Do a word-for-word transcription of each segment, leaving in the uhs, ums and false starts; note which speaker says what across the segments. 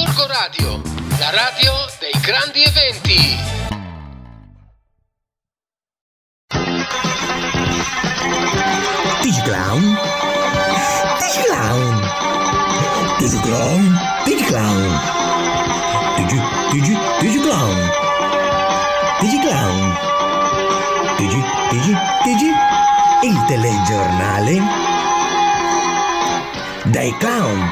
Speaker 1: Gorgo Radio, la radio dei grandi eventi.
Speaker 2: Digiclown, Digiclown, Digiclown, Digiclown, Digi, Digi, Digiclown, Digiclown, Digi, Digi, Digi, il telegiornale dei clown.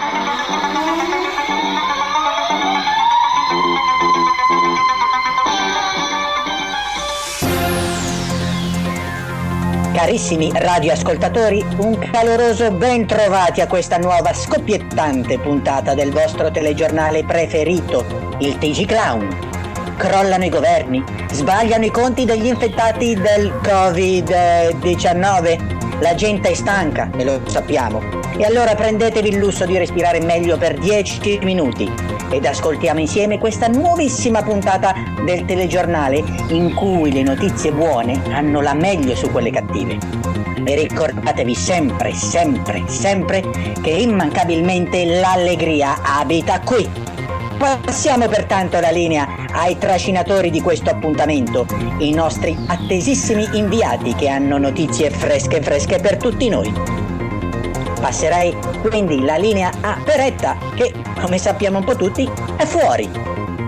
Speaker 3: Carissimi radioascoltatori, un caloroso ben trovati a questa nuova scoppiettante puntata del vostro telegiornale preferito, il T G Clown. Crollano i governi, sbagliano i conti degli infettati del covid diciannove, la gente è stanca, e lo sappiamo. E allora prendetevi il lusso di respirare meglio per dieci minuti ed ascoltiamo insieme questa nuovissima puntata del telegiornale in cui le notizie buone hanno la meglio su quelle cattive. E ricordatevi sempre, sempre, sempre che immancabilmente l'allegria abita qui. Passiamo pertanto la linea ai trascinatori di questo appuntamento, i nostri attesissimi inviati che hanno notizie fresche fresche per tutti noi. Passerei quindi la linea a Peretta che, come sappiamo un po' tutti, è fuori.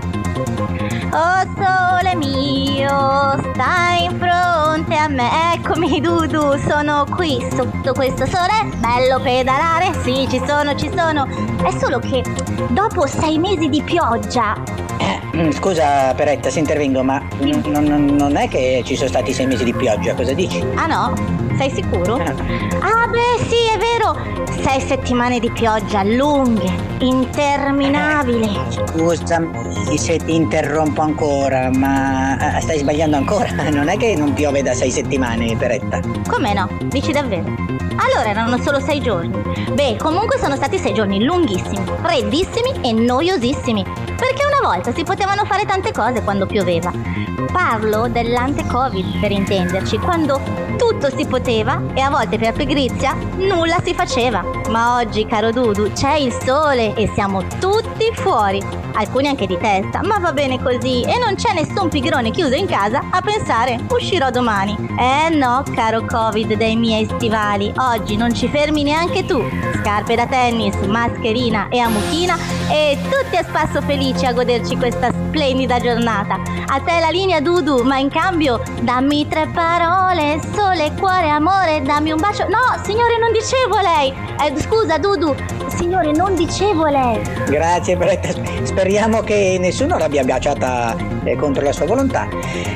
Speaker 4: Oh sole mio, stai in fronte a me. Eccomi Dudu, sono qui sotto questo sole. Bello pedalare, sì, ci sono, ci sono. È solo che dopo sei mesi di pioggia.
Speaker 3: Eh, scusa Peretta se intervengo, ma non, non, non è che ci sono stati sei mesi di pioggia, cosa dici?
Speaker 4: Ah no? Sei sicuro? Ah beh sì, è vero. Sei settimane di pioggia lunghe, interminabili.
Speaker 3: Scusami se ti interrompo ancora, ma stai sbagliando ancora. Non è che non piove da sei settimane, Peretta.
Speaker 4: Come no? Dici davvero? Allora erano solo sei giorni. Beh, comunque sono stati sei giorni lunghissimi, freddissimi e noiosissimi, perché una volta si potevano fare tante cose quando pioveva. Parlo dell'ante-Covid, per intenderci, quando tutto si poteva e a volte per pigrizia nulla si faceva. Ma oggi, caro Dudu, c'è il sole e siamo tutti fuori, alcuni anche di testa, ma va bene così e non c'è nessun pigrone chiuso in casa a pensare uscirò domani. Eh no, caro Covid dei miei stivali, oggi non ci fermi neanche tu. Scarpe da tennis, mascherina e amuchina e tutti a spasso felici a goderci questa splendida giornata. A te la linea Dudu, ma in cambio dammi tre parole, sole, cuore, amore, dammi un bacio. No, signore, non dicevo lei. Eh, scusa Dudu, signore, non dicevo lei.
Speaker 3: Grazie Peretta, speriamo che nessuno l'abbia baciata eh, contro la sua volontà.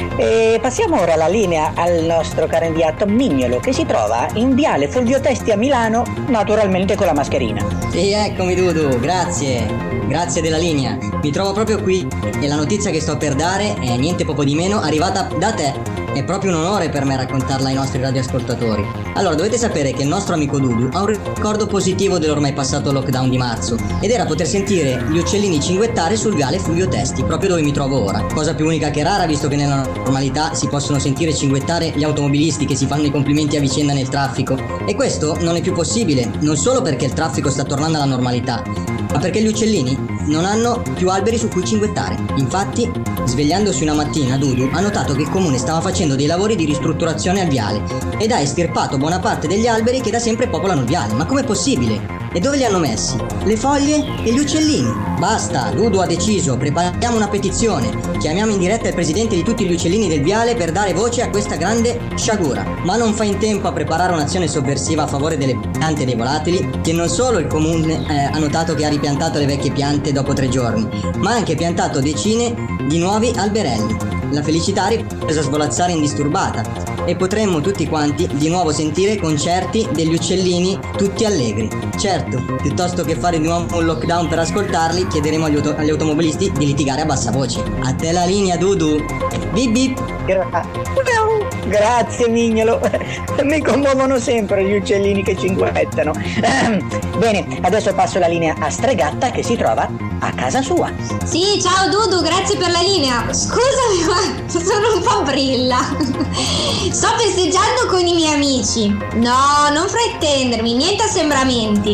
Speaker 3: E passiamo ora la linea al nostro caro inviato Mignolo, che si trova in viale Fulvio Testi a Milano, naturalmente con la mascherina.
Speaker 5: Sì, eccomi Dudu, grazie. Grazie della linea. Mi trovo proprio qui e la notizia che sto per dare è niente poco di meno arrivata da te. È proprio un onore per me raccontarla ai nostri radioascoltatori. Allora, dovete sapere che il nostro amico Dudu ha un ricordo positivo dell'ormai passato lockdown di marzo ed era poter sentire gli uccellini cinguettare sul viale Fulvio Testi, proprio dove mi trovo ora. Cosa più unica che rara, visto che nella normalità si possono sentire cinguettare gli automobilisti che si fanno i complimenti a vicenda nel traffico. E questo non è più possibile, non solo perché il traffico sta tornando alla normalità, ma perché gli uccellini non hanno più alberi su cui cinguettare. Infatti, svegliandosi una mattina, Dudu ha notato che il comune stava facendo dei lavori di ristrutturazione al viale ed ha estirpato buona parte degli alberi che da sempre popolano il viale. Ma com'è possibile? E dove li hanno messi? Le foglie e gli uccellini. Basta, Dudu ha deciso, prepariamo una petizione, chiamiamo in diretta il presidente di tutti gli uccellini del viale per dare voce a questa grande sciagura. Ma non fa in tempo a preparare un'azione sovversiva a favore delle piante e dei volatili, che non solo il comune eh, ha notato che ha ripiantato le vecchie piante dopo tre giorni, ma ha anche piantato decine di nuovi alberelli. La felicità ha ripreso a svolazzare indisturbata e potremmo tutti quanti di nuovo sentire concerti degli uccellini tutti allegri. Certo, piuttosto che fare di nuovo un lockdown per ascoltarli, chiederemo agli, auto- agli automobilisti di litigare a bassa voce. A te la linea Dudu. Bip bip.
Speaker 3: Grazie Mignolo, mi commuovono sempre gli uccellini che cinguettano. Bene, adesso passo la linea a Stregatta che si trova a casa sua.
Speaker 6: Sì, ciao Dudu, grazie per la linea. Scusami, ma sono un po' brilla. Sto festeggiando con i miei amici. No, non fraintendermi, niente assembramenti.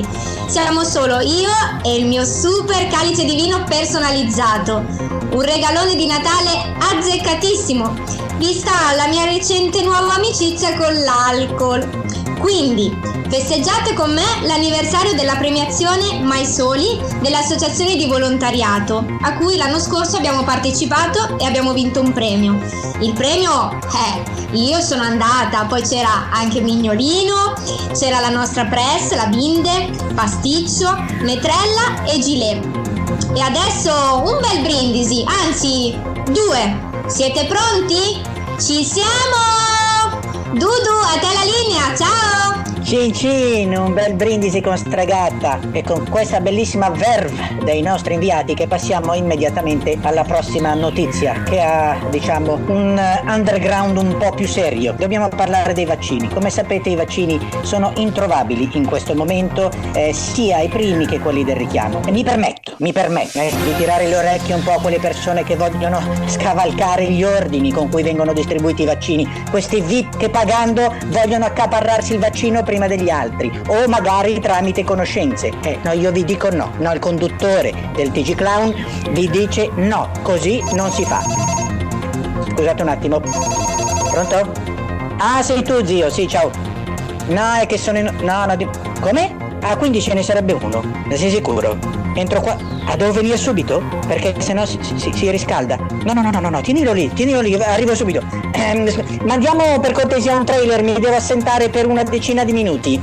Speaker 6: siamo solo io e il mio super calice di vino personalizzato. Un regalone di Natale azzeccatissimo, vista la mia recente nuova amicizia con l'alcol. Quindi, festeggiate con me l'anniversario della premiazione Mai Soli dell'associazione di volontariato, a cui l'anno scorso abbiamo partecipato e abbiamo vinto un premio. Il premio, eh, io sono andata, poi c'era anche Mignolino, c'era la nostra press, la Binde, Pasticcio, Metrella e Gilet. E adesso un bel brindisi, anzi, due. Siete pronti? Ci siamo! Dudu, a te la linea, ciao!
Speaker 3: Cin cin, un bel brindisi con Stragatta e con questa bellissima verve dei nostri inviati che passiamo immediatamente alla prossima notizia che ha, diciamo, un underground un po' più serio. Dobbiamo parlare dei vaccini. Come sapete i vaccini sono introvabili in questo momento, eh, sia i primi che quelli del richiamo. E mi permetto, mi permetto eh, di tirare le orecchie un po' a quelle persone che vogliono scavalcare gli ordini con cui vengono distribuiti i vaccini. Questi V I P che pagando vogliono accaparrarsi il vaccino prima degli altri o magari tramite conoscenze. Eh, no, io vi dico no. No, il conduttore del T G Clown vi dice no, così non si fa. Scusate un attimo. Pronto? Ah, sei tu, zio, sì, ciao. No, è che sono in... No, no, di... Come? Ah, quindi ce ne sarebbe uno. Ne sei sicuro? Entro qua... Ah, devo venire subito? Perché sennò si, si, si riscalda. No, no, no, no, no, no, tienilo lì, tienilo lì, arrivo subito. Ehm, mandiamo per cortesia un trailer, mi devo assentare per una decina di minuti.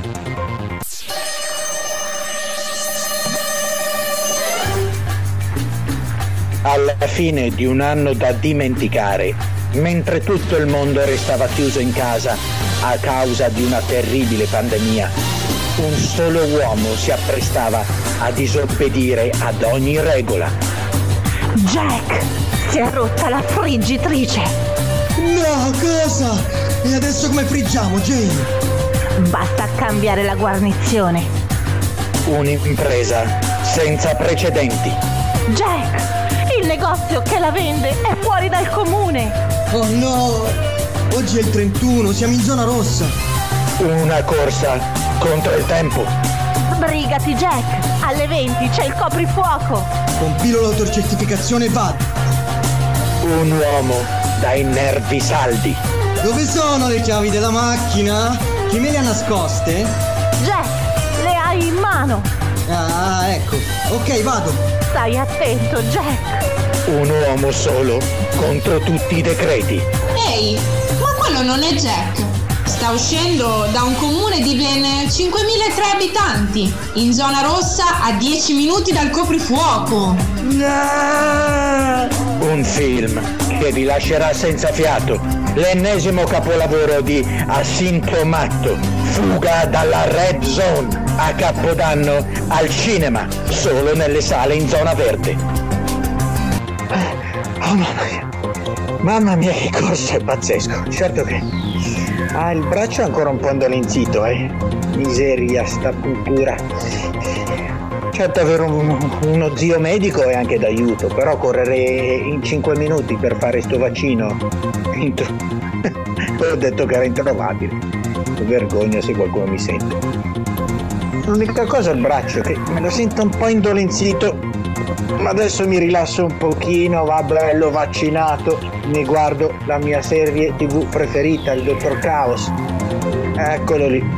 Speaker 7: Alla fine di un anno da dimenticare, mentre tutto il mondo restava chiuso in casa a causa di una terribile pandemia, un solo uomo si apprestava a disobbedire ad ogni regola.
Speaker 8: Jack, si è rotta la friggitrice.
Speaker 9: No, cosa? E adesso come friggiamo, Jane?
Speaker 8: Basta cambiare la guarnizione.
Speaker 7: Un'impresa senza precedenti.
Speaker 8: Jack, il negozio che la vende è fuori dal comune.
Speaker 9: Oh no, oggi è il trentuno, siamo in zona rossa.
Speaker 7: Una corsa contro il tempo.
Speaker 8: Sbrigati, Jack, alle venti c'è il coprifuoco.
Speaker 9: Compilo l'autocertificazione e vado.
Speaker 7: Un uomo dai nervi saldi.
Speaker 9: Dove sono le chiavi della macchina? Chi me le ha nascoste?
Speaker 8: Jack, le hai in mano.
Speaker 9: Ah, ecco. Ok, vado.
Speaker 8: Stai attento, Jack.
Speaker 7: Un uomo solo contro tutti i decreti.
Speaker 10: Ehi, ma quello non è Jack. Sta uscendo da un comune di ben cinquemilatré abitanti, in zona rossa a dieci minuti dal coprifuoco.
Speaker 7: No! Un film che vi lascerà senza fiato. L'ennesimo capolavoro di Asintomatto, fuga dalla Red Zone, a Capodanno al cinema, solo nelle sale in zona verde. Oh mamma mia, mamma mia che corso è pazzesco, certo che... Ah, il braccio è ancora un po' indolenzito, eh. Miseria, sta puntura. Certo, avere un, uno zio medico è anche d'aiuto, però correre in cinque minuti per fare sto vaccino... Intro... Ho detto che era introvabile. Vergogna se qualcuno mi sente. L'unica cosa è il braccio, che me lo sento un po' indolenzito. Ma adesso mi rilasso un pochino, va bello vaccinato, mi guardo la mia serie tv preferita, il Dottor Caos. Eccolo lì.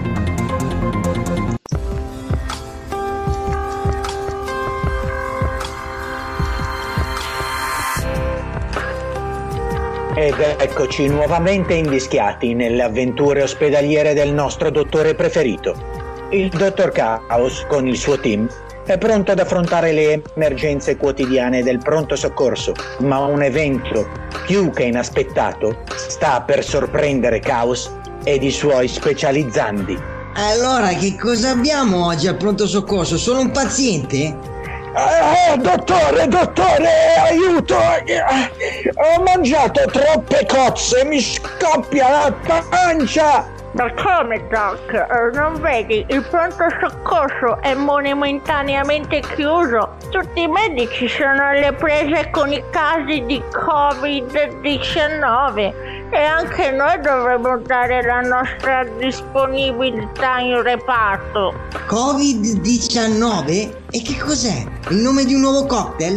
Speaker 7: Ed eccoci nuovamente invischiati nelle avventure ospedaliere del nostro dottore preferito. Il Dottor Caos, con il suo team, è pronto ad affrontare le emergenze quotidiane del pronto soccorso, ma un evento più che inaspettato sta per sorprendere Caos ed i suoi specializzandi.
Speaker 9: Allora, che cosa abbiamo oggi al pronto soccorso? Solo un paziente?
Speaker 7: Eh, dottore, dottore, aiuto! Ho mangiato troppe cozze, mi scoppia la pancia!
Speaker 8: Ma come, Doc? Non vedi? Il pronto soccorso è momentaneamente chiuso. Tutti i medici sono alle prese con i casi di covid diciannove. E anche noi dovremmo dare la nostra disponibilità in reparto.
Speaker 9: covid diciannove? E che cos'è? Il nome di un nuovo cocktail?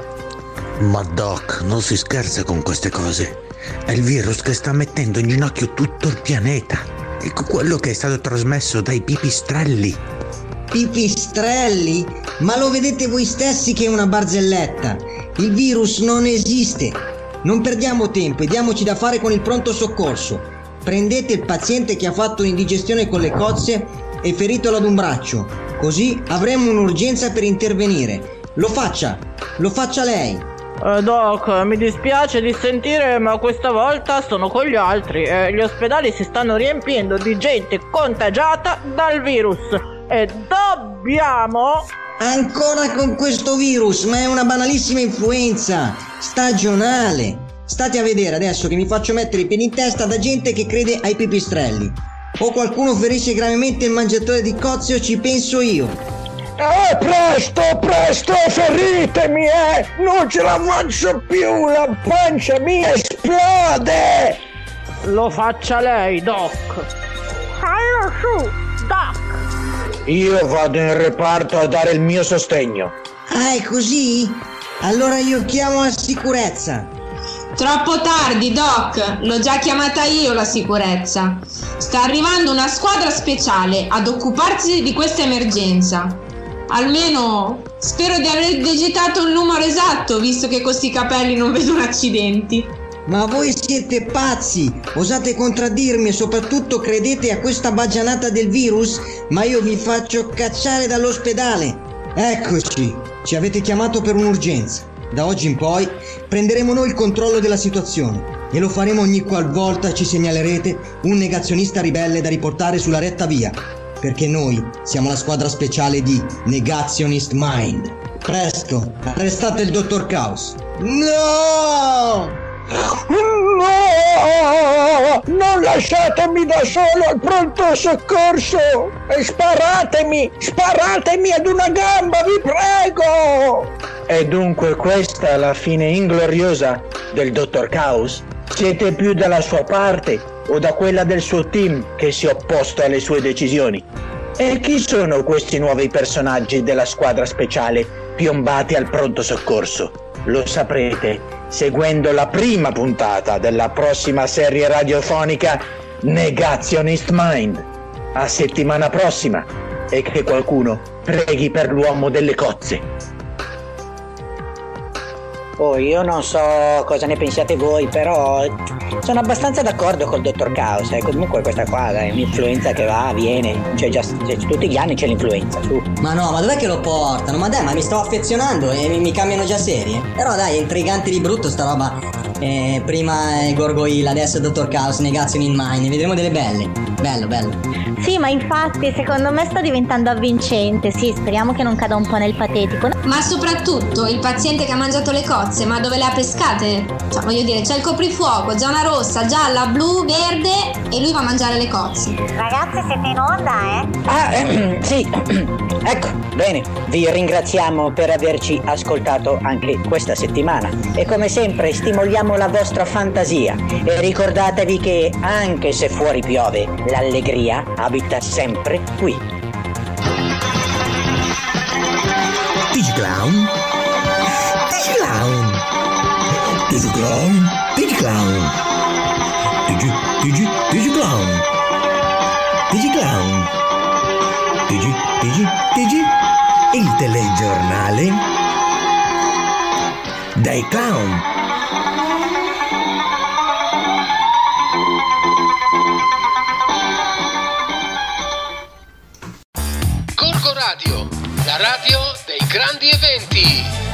Speaker 2: Ma Doc, non si scherza con queste cose. È il virus che sta mettendo in ginocchio tutto il pianeta. Ecco quello che è stato trasmesso dai pipistrelli.
Speaker 9: Pipistrelli? Ma lo vedete voi stessi che è una barzelletta. Il virus non esiste. Non perdiamo tempo e diamoci da fare con il pronto soccorso. Prendete il paziente che ha fatto un'indigestione con le cozze e feritolo ad un braccio. Così avremo un'urgenza per intervenire. Lo faccia, lo faccia lei.
Speaker 8: Eh, Doc, mi dispiace di sentire, ma questa volta sono con gli altri e gli ospedali si stanno riempiendo di gente contagiata dal virus e dobbiamo...
Speaker 9: Ancora con questo virus, ma è una banalissima influenza stagionale. State a vedere adesso che mi faccio mettere i piedi in testa da gente che crede ai pipistrelli. O qualcuno ferisce gravemente il mangiatore di cozze o ci penso io.
Speaker 7: Eh, presto, presto, feritemi, eh! Non ce la faccio più, la pancia mia esplode!
Speaker 8: Lo faccia lei, Doc. Fallo su, Doc.
Speaker 7: Io vado in reparto a dare il mio sostegno.
Speaker 9: Ah, è così? Allora io chiamo la sicurezza.
Speaker 10: Troppo tardi, Doc. L'ho già chiamata io la sicurezza. Sta arrivando una squadra speciale ad occuparsi di questa emergenza. Almeno spero di aver digitato il numero esatto, visto che con sti capelli non vedo accidenti.
Speaker 9: Ma voi siete pazzi, osate contraddirmi e soprattutto credete a questa baggianata del virus? Ma io vi faccio cacciare dall'ospedale. Eccoci, ci avete chiamato per un'urgenza. Da oggi in poi prenderemo noi il controllo della situazione e lo faremo ogni qualvolta ci segnalerete un negazionista ribelle da riportare sulla retta via. Perché noi siamo la squadra speciale di Negationist Mind. Presto, arrestate il dottor Caos. No!
Speaker 7: No! Non lasciatemi da solo al pronto soccorso! E sparatemi! Sparatemi ad una gamba, vi prego! E dunque questa è la fine ingloriosa del dottor Caos? Siete più dalla sua parte o da quella del suo team che si è opposto alle sue decisioni? E chi sono questi nuovi personaggi della squadra speciale piombati al pronto soccorso? Lo saprete seguendo la prima puntata della prossima serie radiofonica Negationist Mind. A settimana prossima e che qualcuno preghi per l'uomo delle cozze.
Speaker 3: Oh, io non so cosa ne pensiate voi, però sono abbastanza d'accordo col dottor Caos. Eh. Comunque questa qua è un'influenza che va, viene, cioè già cioè, tutti gli anni c'è l'influenza, su.
Speaker 5: Ma no, ma dov'è che lo portano? Ma dai, ma mi sto affezionando e mi, mi cambiano già serie. Però dai, è intrigante di brutto sta roba. Eh, prima è Gorgoil, adesso è dottor Caos, Negation in Mind, ne vedremo delle belle. Bello, bello.
Speaker 4: Sì, ma infatti secondo me sta diventando avvincente. Sì, speriamo che non cada un po' nel patetico.
Speaker 6: Ma soprattutto il paziente che ha mangiato le cozze, ma dove le ha pescate? Cioè, voglio dire, c'è il coprifuoco, zona rossa, gialla, blu, verde e lui va a mangiare le cozze.
Speaker 4: Ragazzi, siete in onda, eh?
Speaker 3: Ah, ehm, sì. Ecco, bene. Vi ringraziamo per averci ascoltato anche questa settimana. E come sempre stimoliamo la vostra fantasia. E ricordatevi che anche se fuori piove, l'allegria abita sempre qui.
Speaker 2: Digiclown? Digiclown? Digiclown? Digiclown? Digi, digi, Digiclown? Digiclown? Digi, digi, digi? Il telegiornale dei clown.
Speaker 1: Gorgo Radio, la radio dei grandi eventi.